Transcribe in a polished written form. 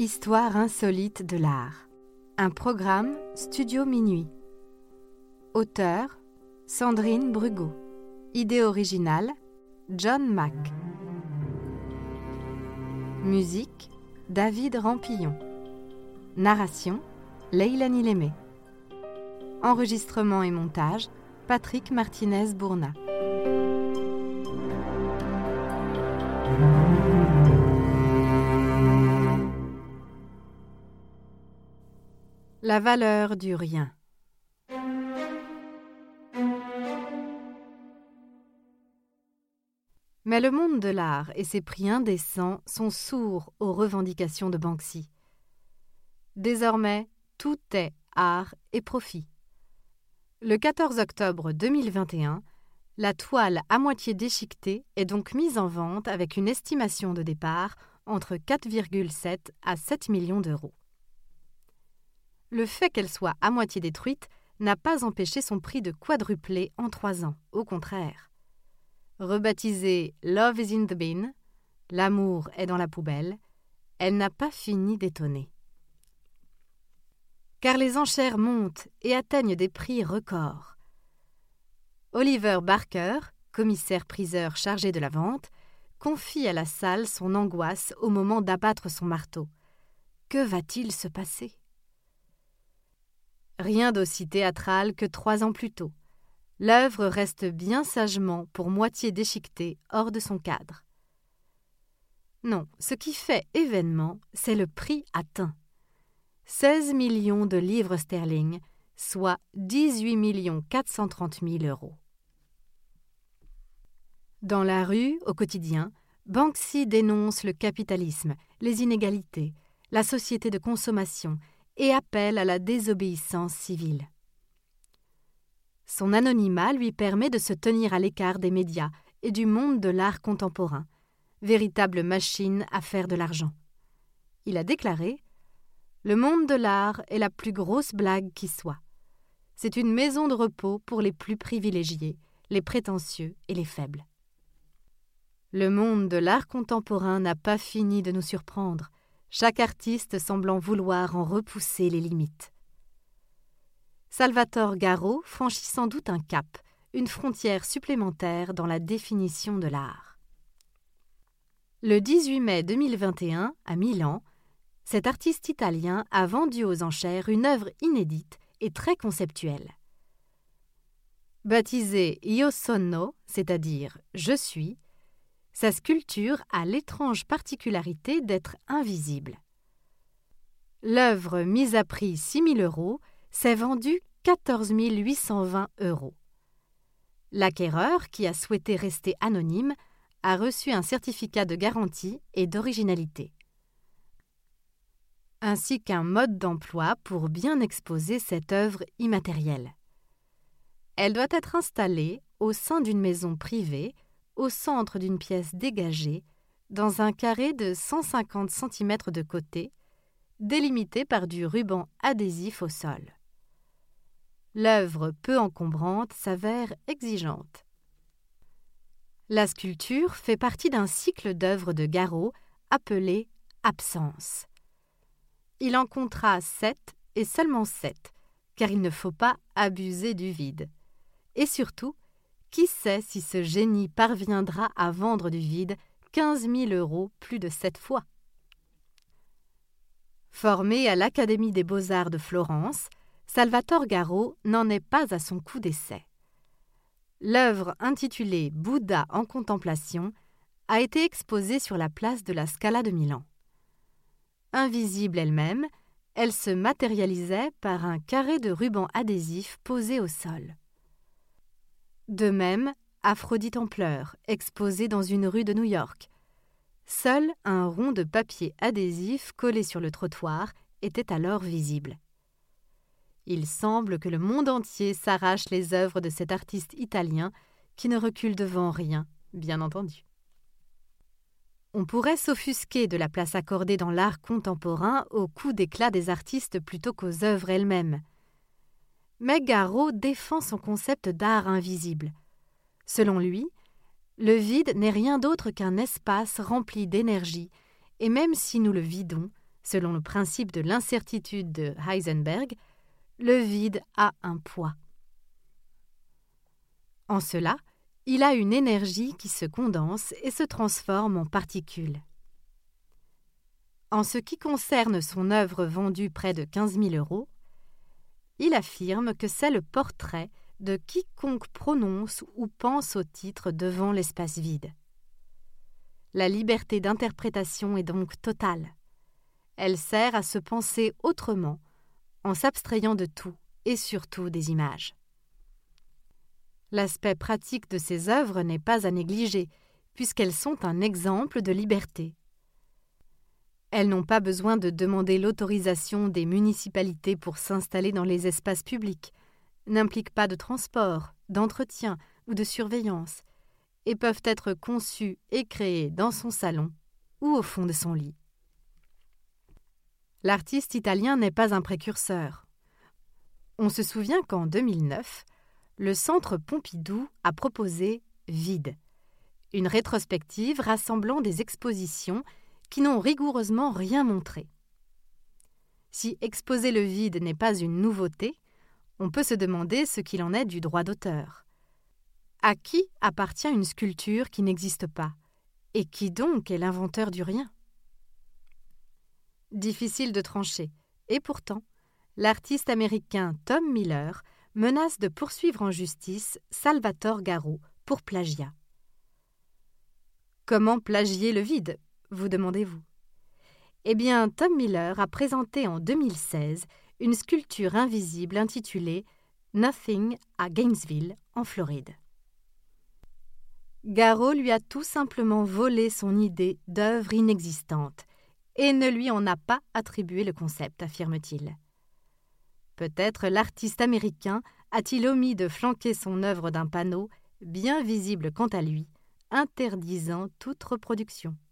Histoire insolite de l'art. Un programme Studio Minuit. Auteur Sandrine Brugo. Idée originale John Mack. Musique David Rampillon. Narration Leilani Lémé. Enregistrement et montage Patrick Martinez-Bourna. La valeur du rien. Mais le monde de l'art et ses prix indécents sont sourds aux revendications de Banksy. Désormais, tout est art et profit. Le 14 octobre 2021, la toile à moitié déchiquetée est donc mise en vente avec une estimation de départ entre 4,7 à 7 millions d'euros. Le fait qu'elle soit à moitié détruite n'a pas empêché son prix de quadrupler en 3 ans, au contraire. Rebaptisée « Love is in the bin », l'amour est dans la poubelle, elle n'a pas fini d'étonner. Car les enchères montent et atteignent des prix records. Oliver Barker, commissaire-priseur chargé de la vente, confie à la salle son angoisse au moment d'abattre son marteau. Que va-t-il se passer ? Rien d'aussi théâtral que 3 ans plus tôt. L'œuvre reste bien sagement pour moitié déchiquetée hors de son cadre. Non, ce qui fait événement, c'est le prix atteint. 16 millions de livres sterling, soit 18 430 000 euros. Dans la rue, au quotidien, Banksy dénonce le capitalisme, les inégalités, la société de consommation et appelle à la désobéissance civile. Son anonymat lui permet de se tenir à l'écart des médias et du monde de l'art contemporain, véritable machine à faire de l'argent. Il a déclaré « Le monde de l'art est la plus grosse blague qui soit. C'est une maison de repos pour les plus privilégiés, les prétentieux et les faibles. » Le monde de l'art contemporain n'a pas fini de nous surprendre, chaque artiste semblant vouloir en repousser les limites. Salvatore Garo franchit sans doute un cap, une frontière supplémentaire dans la définition de l'art. Le 18 mai 2021, à Milan, cet artiste italien a vendu aux enchères une œuvre inédite et très conceptuelle. Baptisée Io sono, c'est-à-dire « je suis », sa sculpture a l'étrange particularité d'être invisible. L'œuvre, mise à prix 6 000 euros, s'est vendue 14 820 euros. L'acquéreur, qui a souhaité rester anonyme, a reçu un certificat de garantie et d'originalité, ainsi qu'un mode d'emploi pour bien exposer cette œuvre immatérielle. Elle doit être installée au sein d'une maison privée, au centre d'une pièce dégagée, dans un carré de 150 cm de côté, délimité par du ruban adhésif au sol. L'œuvre peu encombrante s'avère exigeante. La sculpture fait partie d'un cycle d'œuvres de Garo appelé « Absence ». Il en comptera 7 et seulement 7, car il ne faut pas abuser du vide. Et surtout, qui sait si ce génie parviendra à vendre du vide 15 000 euros plus de 7 fois ? Formé à l'Académie des Beaux-Arts de Florence, Salvatore Garo n'en est pas à son coup d'essai. L'œuvre intitulée « Bouddha en contemplation » a été exposée sur la place de la Scala de Milan. Invisible elle-même, elle se matérialisait par un carré de ruban adhésif posé au sol. De même, Aphrodite en pleurs, exposée dans une rue de New York. Seul un rond de papier adhésif collé sur le trottoir était alors visible. Il semble que le monde entier s'arrache les œuvres de cet artiste italien qui ne recule devant rien, bien entendu. On pourrait s'offusquer de la place accordée dans l'art contemporain aux coups d'éclat des artistes plutôt qu'aux œuvres elles-mêmes. Mais Garo défend son concept d'art invisible. Selon lui, le vide n'est rien d'autre qu'un espace rempli d'énergie, et même si nous le vidons, Selon le principe de l'incertitude de Heisenberg, le vide a un poids. En cela, il a une énergie qui se condense et se transforme en particules. En ce qui concerne son œuvre vendue près de 15 000 €, il affirme que c'est le portrait de quiconque prononce ou pense au titre devant l'espace vide. La liberté d'interprétation est donc totale. Elle sert à se penser autrement, en s'abstrayant de tout et surtout des images. L'aspect pratique de ces œuvres n'est pas à négliger, puisqu'elles sont un exemple de liberté. Elles n'ont pas besoin de demander l'autorisation des municipalités pour s'installer dans les espaces publics, n'impliquent pas de transport, d'entretien ou de surveillance, et peuvent être conçues et créées dans son salon ou au fond de son lit. L'artiste italien n'est pas un précurseur. On se souvient qu'en 2009, le Centre Pompidou a proposé Vide, une rétrospective rassemblant des expositions qui n'ont rigoureusement rien montré. Si exposer le vide n'est pas une nouveauté, on peut se demander ce qu'il en est du droit d'auteur. À qui appartient une sculpture qui n'existe pas? Et qui donc est l'inventeur du rien? Difficile de trancher, et pourtant, l'artiste américain Tom Miller menace de poursuivre en justice Salvatore Garo pour plagiat. Comment plagier le vide, vous demandez-vous? Eh bien, Tom Miller a présenté en 2016 une sculpture invisible intitulée « Nothing » à Gainesville, en Floride. Garo lui a tout simplement volé son idée d'œuvre inexistante et ne lui en a pas attribué le concept, affirme-t-il. Peut-être l'artiste américain a-t-il omis de flanquer son œuvre d'un panneau, bien visible quant à lui, interdisant toute reproduction.